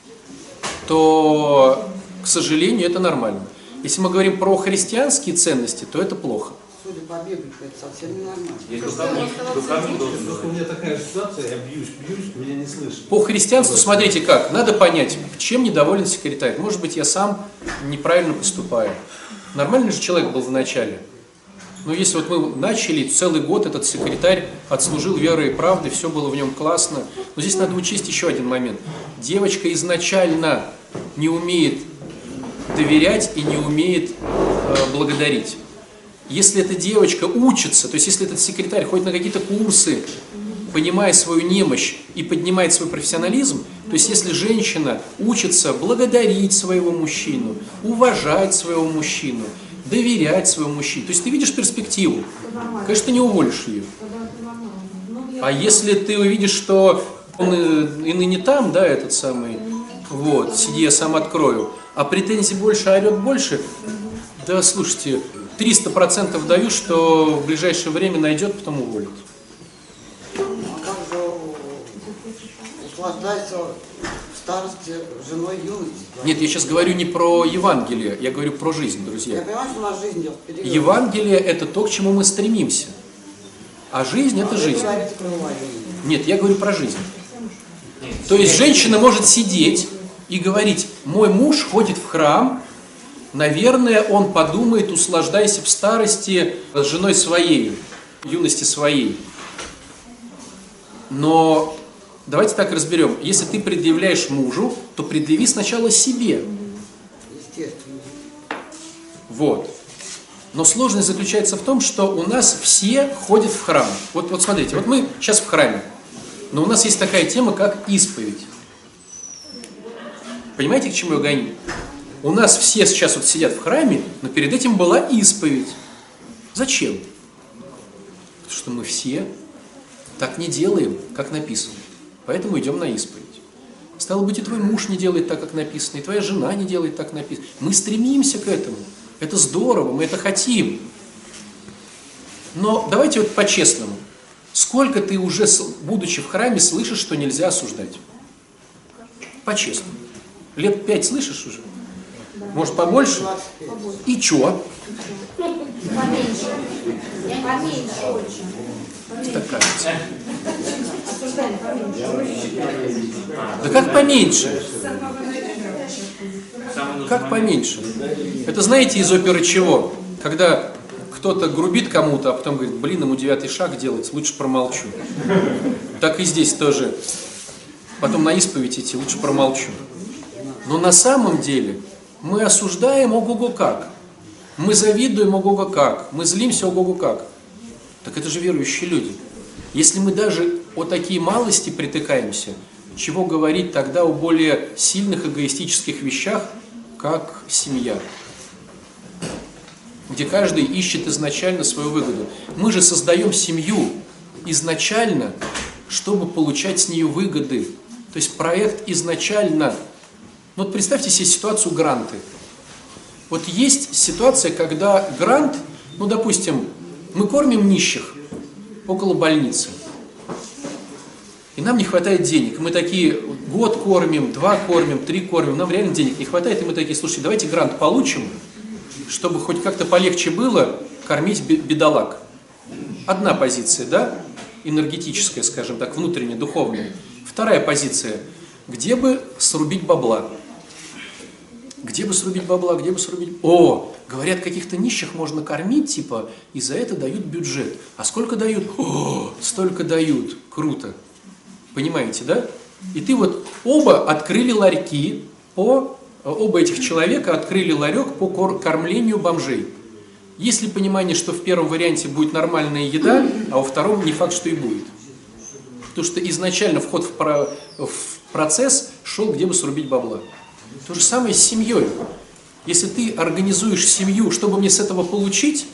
то, к сожалению, это нормально. Если мы говорим про христианские ценности, то это плохо. Судя по Библии, это совсем не нормально. Я духовник, духовник должен говорить. У меня такая ситуация, я бьюсь, бьюсь, меня не слышат. По христианству, смотрите как, надо понять, чем недоволен секретарь. Может быть, я сам неправильно поступаю. Нормальный же человек был в начале. Но если вот мы начали, целый год этот секретарь отслужил верой и правдой, все было в нем классно. Но здесь надо учесть еще один момент. Девочка изначально не умеет доверять и не умеет э, благодарить. Если эта девочка учится, то есть если этот секретарь ходит на какие-то курсы, понимая свою немощь и поднимает свой профессионализм, то есть если женщина учится благодарить своего мужчину, уважать своего мужчину, доверять своему мужчине, то есть ты видишь перспективу, конечно, ты не уволишь ее. А если ты увидишь, что он и ныне там, да, этот самый, вот, сиди, я сам открою, а претензий больше, орет больше, да, слушайте, триста процентов даю, что в ближайшее время найдет, потом уволит. А как же услаждается в старости женой юности? Нет, я сейчас говорю не про Евангелие, я говорю про жизнь, Я друзья. понимаю, что у нас жизнь идет вперед. Евангелие – это то, к чему мы стремимся. А жизнь – это жизнь. Нет, я говорю про жизнь. То есть женщина может сидеть и говорить: мой муж ходит в храм, наверное, он подумает, услаждайся в старости с женой своей, в юности своей. Но давайте так разберем. Если ты предъявляешь мужу, то предъяви сначала себе. Естественно. Вот. Но сложность заключается в том, что у нас все ходят в храм. Вот, вот смотрите, вот мы сейчас в храме, но у нас есть такая тема, как исповедь. Понимаете, к чему я гоню? У нас все сейчас вот сидят в храме, но перед этим была исповедь. Зачем? Потому что мы все так не делаем, как написано. Поэтому идем на исповедь. Стало быть, и твой муж не делает так, как написано, и твоя жена не делает так, как написано. Мы стремимся к этому. Это здорово, мы это хотим. Но давайте вот по-честному. Сколько ты уже, будучи в храме, слышишь, что нельзя осуждать? По-честному. Лет пять слышишь уже? Может, побольше? И чё? Поменьше. Поменьше очень. Так кажется. Осуждаем поменьше. Да как поменьше? Как поменьше? Это знаете из оперы чего? Когда кто-то грубит кому-то, а потом говорит: блин, ему девятый шаг делать, лучше промолчу. Так и здесь тоже. Потом на исповедь идти, лучше промолчу. Но на самом деле мы осуждаем ого-го как. Мы завидуем ого-го как. Мы злимся ого-го как. Так это же верующие люди. Если мы даже о такие малости притыкаемся, чего говорить тогда о более сильных эгоистических вещах, как семья? где каждый ищет изначально свою выгоду. Мы же создаем семью изначально, чтобы получать с нее выгоды. То есть проект изначально... Ну вот представьте себе ситуацию гранты. Вот есть ситуация, когда грант, ну допустим, мы кормим нищих около больницы. И нам не хватает денег. Мы такие, год кормим, два кормим, три кормим, нам реально денег не хватает. И мы такие, слушайте, давайте грант получим, чтобы хоть как-то полегче было кормить бедолаг. Одна позиция, да, энергетическая, скажем так, внутренняя, духовная. Вторая позиция, где бы срубить бабла. Где бы срубить бабла, где бы срубить... О, говорят, каких-то нищих можно кормить, типа, и за это дают бюджет. А сколько дают? О, столько дают. Круто. Понимаете, да? И ты вот оба открыли ларьки по... Оба этих человека открыли ларек по кормлению бомжей. Есть ли понимание, что в первом варианте будет нормальная еда, а во втором не факт, что и будет? Потому что изначально вход в, про... в процесс шел, где бы срубить бабла. То же самое с семьей. Если ты организуешь семью, чтобы мне с этого получить,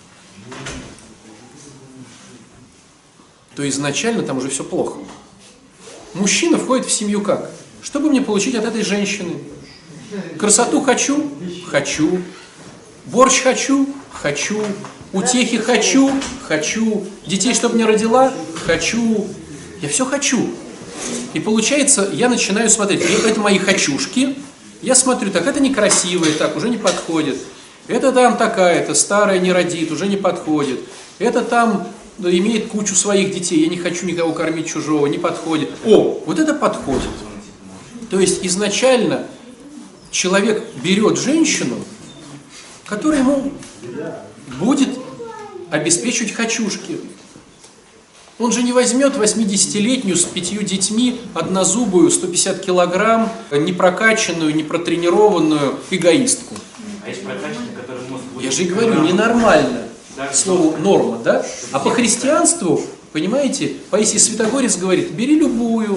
то изначально там уже все плохо. Мужчина входит в семью как? Чтобы мне получить от этой женщины. Красоту хочу? Хочу. Борщ хочу? Хочу. Утехи хочу? Хочу. Детей, чтобы мне родила? Хочу. Я все хочу. И получается, я начинаю смотреть, это мои хочушки. Я смотрю, так это некрасивое, так уже не подходит. Это там такая-то, старая не родит, уже не подходит. Это там да, имеет кучу своих детей, я не хочу никого кормить чужого, не подходит. О, вот это подходит. То есть изначально человек берет женщину, которая ему будет обеспечивать хочушки. Он же не возьмет восьмидесятилетнюю с пятью детьми, однозубую, сто пятьдесят килограмм, непрокачанную, непротренированную эгоистку. А есть прокачанные, которые мозг будет... Я же и говорю, ненормально. Слово норма, да? А по христианству, понимаете, Паисий Святогорец говорит, бери любую.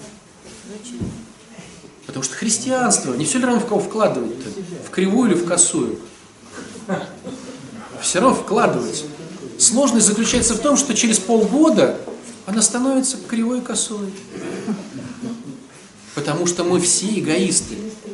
Потому что христианство, не все ли равно в кого вкладывать-то? В кривую или в косую? Все равно вкладывать. Сложность заключается в том, что через полгода она становится кривой и косой. Потому что мы все эгоисты.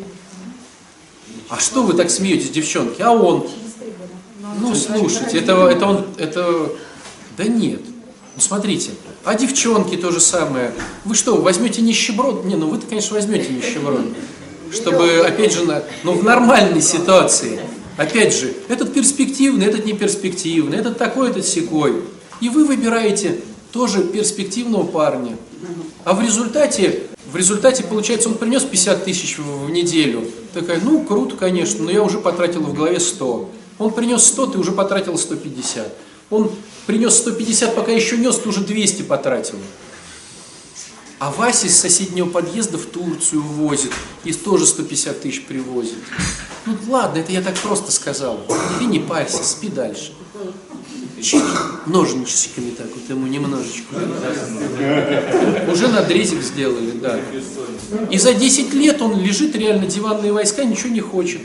А что вы так смеетесь, девчонки? А он? Ну, слушайте, это, это он, это... Да нет. Ну, смотрите, а девчонки то же самое. Вы что, возьмете нищеброд? Не, ну вы-то, конечно, возьмете нищеброд. Чтобы, опять же, на, ну, в нормальной ситуации... Опять же, этот перспективный, этот не перспективный, этот такой, этот сякой. И вы выбираете тоже перспективного парня. А в результате, в результате, получается, он принес пятьдесят тысяч в, в неделю. Такая, ну, круто, конечно, но я уже потратила в голове сто. Он принес сто, ты уже потратила сто пятьдесят. Он принес сто пятьдесят, пока еще нес, ты уже двести потратила. А Вася из соседнего подъезда в Турцию возит и тоже сто пятьдесят тысяч привозит. Ну ладно, это я так просто сказал. Ты не парься, спи дальше. Чик, ножничками так вот ему немножечко. Уже надрезик сделали, да. И за десять лет он лежит реально, диванные войска, ничего не хочет.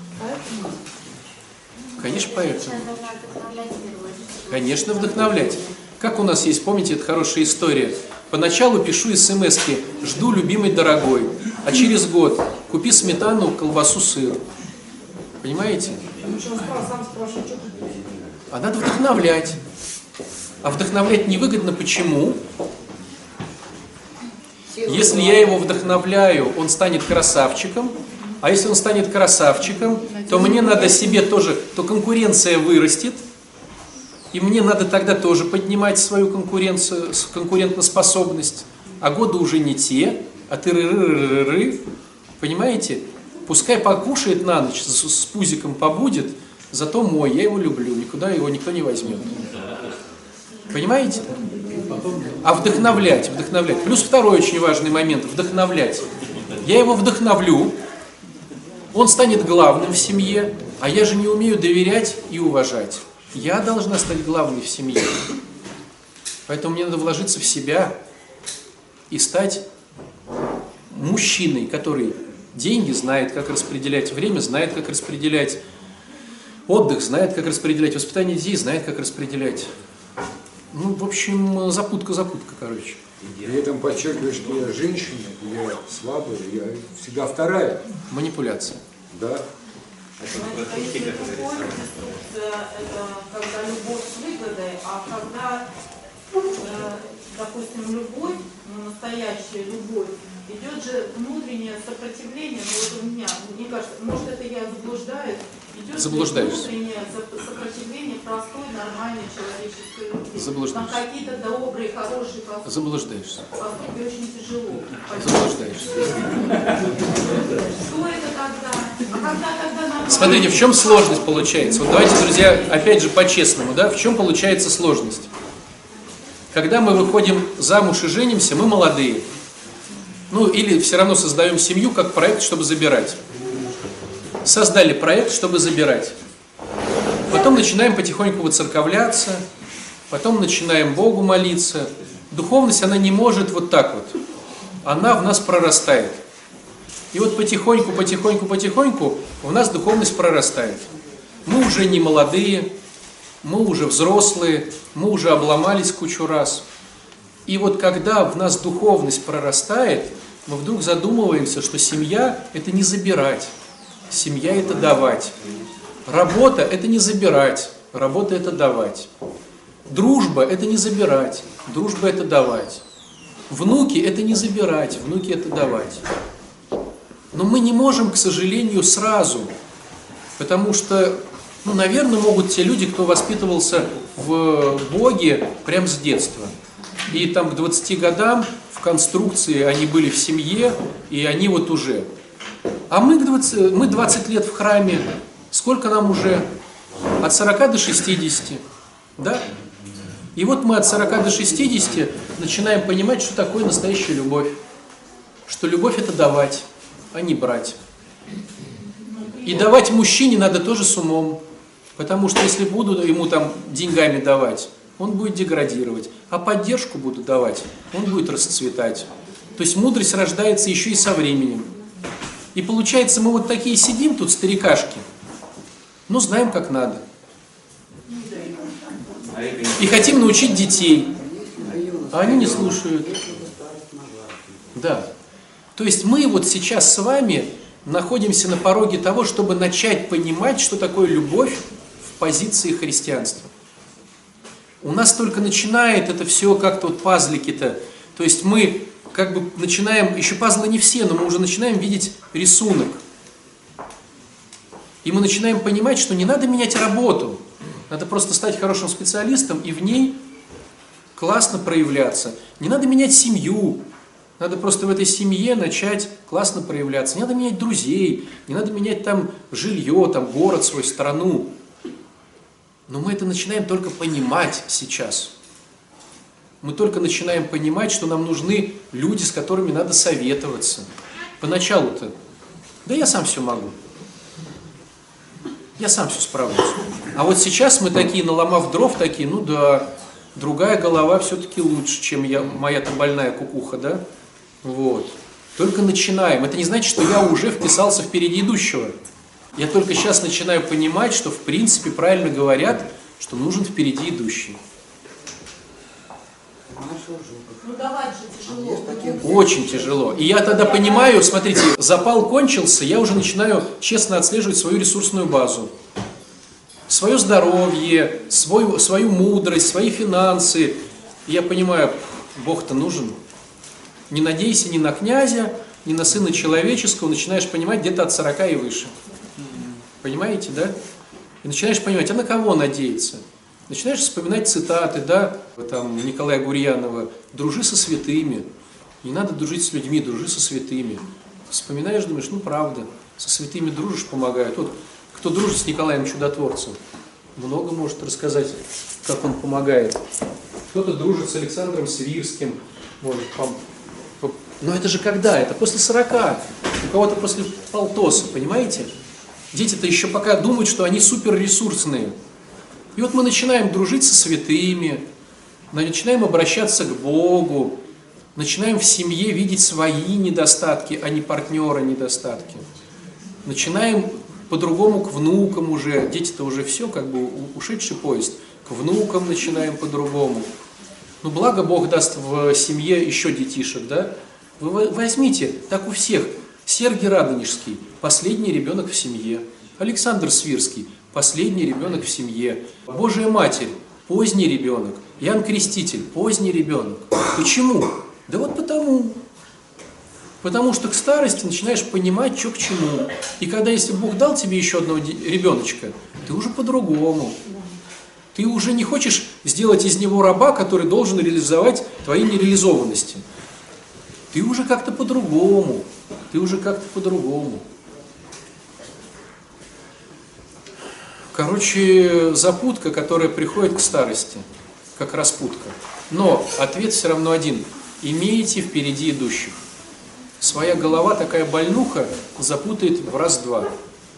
Конечно, поэтому. Конечно, вдохновлять. Как у нас есть, помните, это хорошая история. Поначалу пишу смс-ки, жду, любимый, дорогой. А через год купи сметану, колбасу, сыр. Понимаете? А надо вдохновлять. А вдохновлять невыгодно. Почему? Если я его вдохновляю, он станет красавчиком. А если он станет красавчиком, то мне надо себе тоже, то конкуренция вырастет. И мне надо тогда тоже поднимать свою конкуренцию, конкурентоспособность. А годы уже не те, а ты ры-ры-ры-ры. Понимаете? Пускай покушает на ночь, с, с пузиком побудет, зато мой, я его люблю, никуда его никто не возьмет. Понимаете? А вдохновлять, вдохновлять. Плюс второй очень важный момент, вдохновлять. Я его вдохновлю, он станет главным в семье, а я же не умею доверять и уважать. Я должна стать главной в семье. Поэтому мне надо вложиться в себя и стать мужчиной, который деньги знает, как распределять время, знает, как распределять Отдых знает, как распределять, воспитание детей знает, как распределять. Ну, в общем, запутка-запутка, короче. При этом подчеркиваю, что я женщина, я слабая, я всегда вторая. Манипуляция. Да. Значит, а если духовная инструкция, это когда любовь с выгодой, а когда, э, допустим, любовь, ну, настоящая любовь, идет же внутреннее сопротивление, ну вот у меня, мне кажется, может это я заблуждаюсь, идет внутреннее сопротивление простой, нормальной человеческой любви. Заблуждаешься. Там какие-то добрые, хорошие поступки. Заблуждаешься. Поступки очень тяжело. Заблуждаешься. Что это тогда? А когда тогда нам... Смотрите, в чем сложность получается? Вот давайте, друзья, опять же по-честному, да, в чем получается сложность? Когда мы выходим замуж и женимся, мы молодые. Ну, или все равно создаем семью как проект, чтобы забирать. Создали проект, чтобы забирать. Потом начинаем потихоньку воцерковляться, потом начинаем Богу молиться. Духовность, она не может вот так вот. Она в нас прорастает. И вот потихоньку, потихоньку, потихоньку у нас духовность прорастает. Мы уже не молодые, мы уже взрослые, мы уже обломались кучу раз. И вот когда в нас духовность прорастает, мы вдруг задумываемся, что семья – это не забирать, семья – это давать. Работа – это не забирать, работа – это давать. Дружба – это не забирать, дружба – это давать. Внуки – это не забирать, внуки – это давать. Но мы не можем, к сожалению, сразу, потому что, ну, наверное, могут те люди, кто воспитывался в Боге прямо с детства. И там к двадцати годам в конструкции они были в семье, и они вот уже. А мы, двадцать, мы двадцать лет в храме, сколько нам уже? От сорока до шестидесяти, да? И вот мы от сорока до шестидесяти начинаем понимать, что такое настоящая любовь. Что любовь – это давать, а не брать. И давать мужчине надо тоже с умом. Потому что если буду ему там деньгами давать, он будет деградировать. А поддержку буду давать, он будет расцветать. То есть мудрость рождается еще и со временем. И получается, мы вот такие сидим тут, старикашки, но знаем, как надо. И хотим научить детей. А они не слушают. Да. То есть мы вот сейчас с вами находимся на пороге того, чтобы начать понимать, что такое любовь в позиции христианства. У нас только начинает это все как-то вот пазлики-то. То есть мы как бы начинаем, еще пазлы не все, но мы уже начинаем видеть рисунок. И мы начинаем понимать, что не надо менять работу. Надо просто стать хорошим специалистом и в ней классно проявляться. Не надо менять семью. Надо просто в этой семье начать классно проявляться. Не надо менять друзей, не надо менять там жилье, там город свой, страну. Но мы это начинаем только понимать сейчас. Мы только начинаем понимать, что нам нужны люди, с которыми надо советоваться. Поначалу-то, да я сам все могу. Я сам все справлюсь. А вот сейчас мы такие, наломав дров, такие, ну да, другая голова все-таки лучше, чем я, моя-то больная кукуха, да? Вот. Только начинаем. Это не значит, что я уже вписался впереди идущего. Я только сейчас начинаю понимать, что в принципе правильно говорят, что нужен впереди идущий. Ну давать же тяжело. Очень тяжело. И я тогда понимаю, смотрите, запал кончился, я уже начинаю честно отслеживать свою ресурсную базу. Свое здоровье, свой, свою мудрость, свои финансы. И я понимаю, Бог-то нужен. Не надейся ни на князя, ни на сына человеческого, начинаешь понимать где-то от сорока и выше. Понимаете, да? И начинаешь понимать, а на кого надеяться? Начинаешь вспоминать цитаты, да, там, Николая Гурьянова: «Дружи со святыми». Не надо дружить с людьми, дружи со святыми. Вспоминаешь, думаешь, ну правда, со святыми дружишь, помогают. Вот кто дружит с Николаем Чудотворцем, много может рассказать, как он помогает. Кто-то дружит с Александром Свирским. Вот, пом... Но это же когда? Это после сорока. У кого-то после полтоса, понимаете? Дети-то еще пока думают, что они суперресурсные. И вот мы начинаем дружить со святыми, начинаем обращаться к Богу, начинаем в семье видеть свои недостатки, а не партнера недостатки. Начинаем по-другому к внукам уже, дети-то уже все, как бы ушедший поезд, к внукам начинаем по-другому. Ну, благо Бог даст в семье еще детишек, да? Вы возьмите, так у всех. Сергий Радонежский, последний ребенок в семье. Александр Свирский, последний ребенок в семье. Божия Матерь, поздний ребенок. Иоанн Креститель, поздний ребенок. Почему? Да вот потому. Потому что к старости начинаешь понимать, что к чему. И когда, если Бог дал тебе еще одного ребеночка, ты уже по-другому. Ты уже не хочешь сделать из него раба, который должен реализовать твои нереализованности. Ты уже как-то по-другому. Ты уже как-то по-другому. Короче, запутка, которая приходит к старости, как распутка. Но ответ все равно один. Имейте впереди идущих. Своя голова, такая больнуха, запутает в раз-два.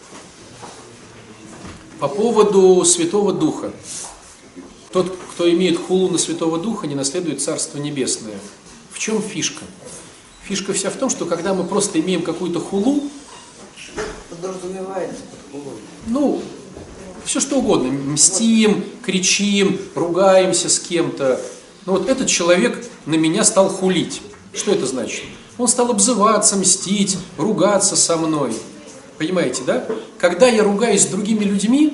По поводу Святого Духа. Тот, кто имеет хулу на Святого Духа, не наследует Царство Небесное. В чем фишка? Фишка вся в том, что когда мы просто имеем какую-то хулу, подразумевается под хулой. Ну, все что угодно, мстим, кричим, ругаемся с кем-то. Но вот этот человек на меня стал хулить. Что это значит? Он стал обзываться, мстить, ругаться со мной. Понимаете, да? Когда я ругаюсь с другими людьми,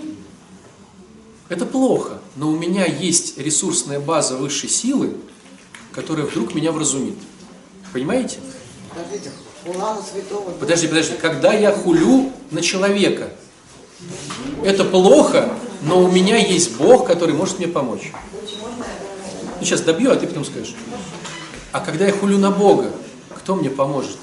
это плохо. Но у меня есть ресурсная база высшей силы, которая вдруг меня вразумит. Понимаете? Подождите, хула на Святого Духа. Подожди, подожди. Когда я хулю на человека, это плохо, но у меня есть Бог, который может мне помочь. Ну, сейчас добью, а ты потом скажешь. А когда я хулю на Бога, кто мне поможет?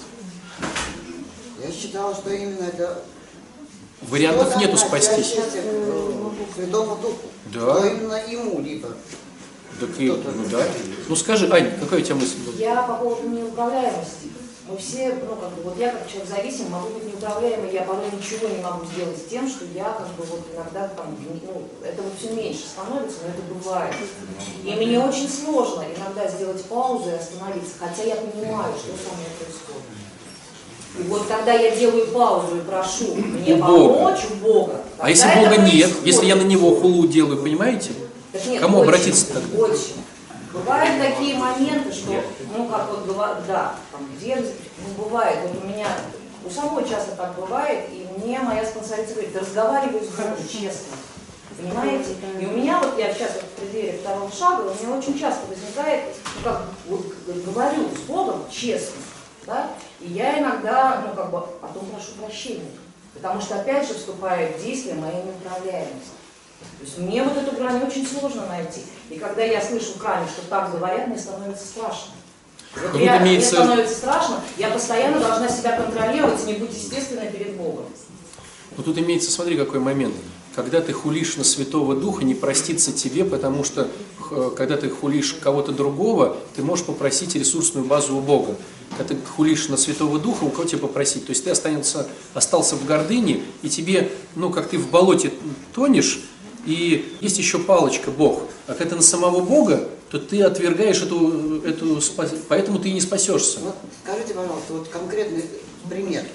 Я считала, что именно это... Вариантов нету спастись. Святому Духу. Да. Но именно ему либо. Так и, ну да. Ну скажи, Ань, какая у тебя мысль была? Я по поводу неуправляемости. Мы все, ну как бы, вот я как человек зависимый могу быть неуправляемой, я порой ничего не могу сделать с тем, что я как бы вот иногда там, ну, это вот все меньше становится, но это бывает. И мне очень сложно иногда сделать паузу и остановиться, хотя я понимаю, что со мной происходит. И вот когда я делаю паузу и прошу мне у помочь Бога. у Бога, А если Бога нет, если я на него хулу делаю, понимаете? Так нет, кому очень, обратиться тогда? Очень. Бывают такие моменты, что, ну, как вот говорят, да, там, где, ну, бывает, вот у меня, у самой часто так бывает, и мне моя спонсорица говорит, да разговаривай с Богом, честно, понимаете? И у меня, вот я сейчас вот в преддверии второго шага, у меня очень часто возникает, ну, как, вот, говорю с Богом честно, да, и я иногда, ну, как бы, потом прошу прощения, потому что, опять же, вступает в действие моя неуправляемость. То есть мне вот эту грань очень сложно найти. И когда я слышу крайне, что так говорят, мне становится страшно. Вот я, имеется... Мне становится страшно, я постоянно должна себя контролировать и не быть естественной перед Богом. Но тут имеется, смотри, какой момент. Когда ты хулишь на Святого Духа, не простится тебе, потому что когда ты хулишь кого-то другого, ты можешь попросить ресурсную базу у Бога. Когда ты хулишь на Святого Духа, у кого тебе попросить? То есть ты останется, остался в гордыне, и тебе, ну, как ты в болоте тонешь, и есть еще палочка Бог. А когда ты на самого Бога, то ты отвергаешь эту, эту поэтому ты и не спасешься. Вот скажите, пожалуйста, вот конкретный пример.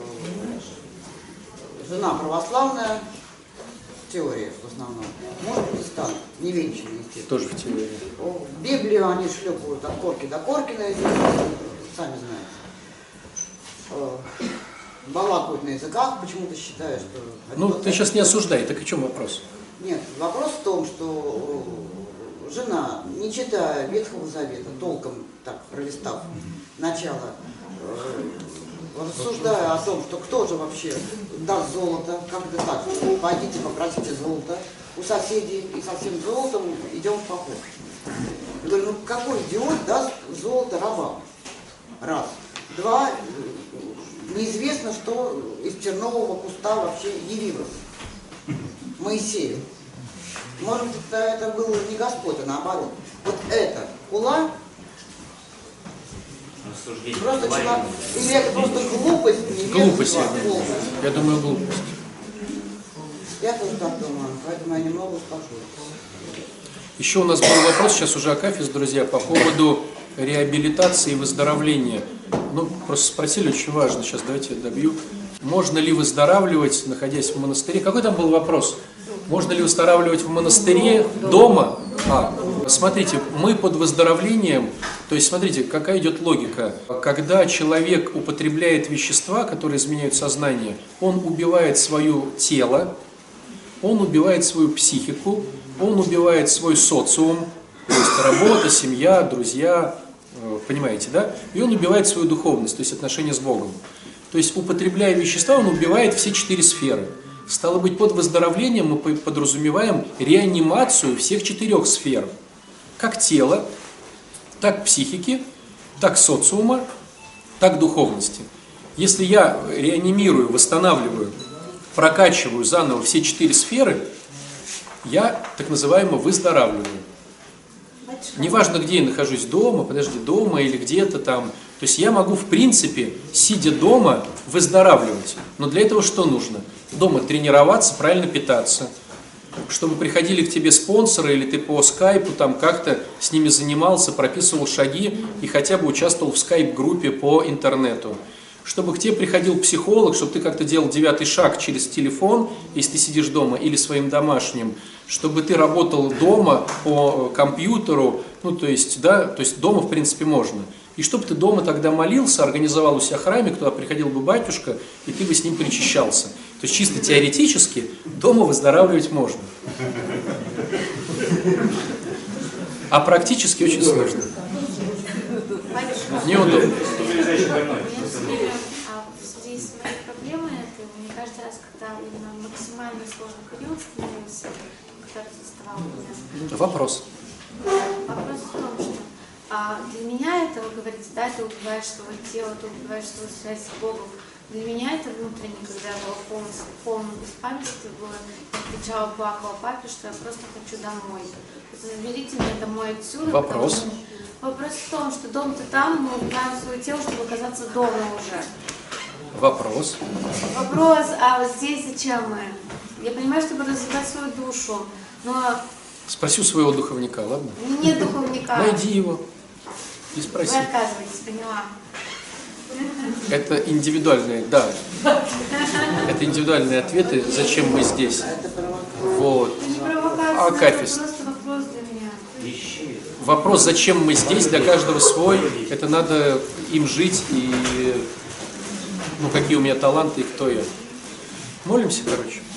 Жена православная, теория в основном, муж протестант, невенчанный, естественно. Тоже в теории. В Библию они шлепают от корки до корки, сами знаете. Балакают на языках, почему-то считаю, что... Ну, ты сейчас не осуждай, так и в чем вопрос? Нет, вопрос в том, что жена, не читая Ветхого Завета, толком так пролистав начало, рассуждая о том, что кто же вообще даст золото, как это так, пойдите попросите золото у соседей и со всем золотом идем в поход. Я говорю, ну какой идиот даст золото рабам? Раз. Два, неизвестно, что из чернового куста вообще явилось Моисею. Может быть, это был не Господь, а наоборот. Вот это хула, просто человек, или это просто глупость, глупость, я, глупость. я думаю, глупость. Я тоже так думаю, поэтому я немного успокоюсь. Еще у нас был вопрос, сейчас уже Акафист, друзья, по поводу реабилитации и выздоровления. Ну, просто спросили, очень важно, сейчас давайте я добью. Можно ли выздоравливать, находясь в монастыре? Какой там был вопрос? Можно ли выздоравливать в монастыре, дома? А, смотрите, мы под выздоровлением, то есть смотрите, какая идет логика. Когда человек употребляет вещества, которые изменяют сознание, он убивает свое тело, он убивает свою психику, он убивает свой социум, то есть работа, семья, друзья, понимаете, да? И он убивает свою духовность, то есть отношения с Богом. То есть, употребляя вещества, он убивает все четыре сферы. Стало быть, под выздоровлением мы подразумеваем реанимацию всех четырех сфер. Как тела, так психики, так социума, так духовности. Если я реанимирую, восстанавливаю, прокачиваю заново все четыре сферы, я так называемо выздоравливаю. Неважно, где я нахожусь, дома, подожди, дома или где-то там. То есть я могу, в принципе, сидя дома, выздоравливать. Но для этого что нужно? Дома тренироваться, правильно питаться. Чтобы приходили к тебе спонсоры, или ты по скайпу там как-то с ними занимался, прописывал шаги и хотя бы участвовал в скайп-группе по интернету. Чтобы к тебе приходил психолог, чтобы ты как-то делал девятый шаг через телефон, если ты сидишь дома, или своим домашним, чтобы ты работал дома по компьютеру, ну то есть, да, то есть дома в принципе можно. И чтобы ты дома тогда молился, организовал у себя храмик, туда приходил бы батюшка, и ты бы с ним причащался. То есть чисто теоретически дома выздоравливать можно. А практически очень сложно. Неудобно. В связи с моей проблемой, это мне каждый раз, когда именно максимально сложный период становился, который заставал меня. Вопрос. Вопрос в том, что а, для меня это, вы говорите, да, ты убиваешь свое тело, ты убиваешь свою связь с Богом. Для меня это внутренне, когда я была в полном, в полном беспамятстве, было, я кричала, плакала папе, что я просто хочу домой. Заберите меня домой отсюда. Вопрос. Что, вопрос в том, что дом-то там, мы убиваем свое тело, чтобы оказаться дома уже. Вопрос. Вопрос, а вот здесь зачем мы? Я понимаю, чтобы развивать свою душу, но... Спроси у своего духовника, ладно? Нет духовника. Найди его и спроси. Вы отказываетесь, поняла. Это индивидуальные, да. Это индивидуальные ответы, зачем мы здесь. Вот. Это не провокация, Акафист. это просто вопрос для меня. Вопрос, зачем мы здесь, для каждого свой. Это надо им жить и, ну, какие у меня таланты и кто я. Молимся, короче.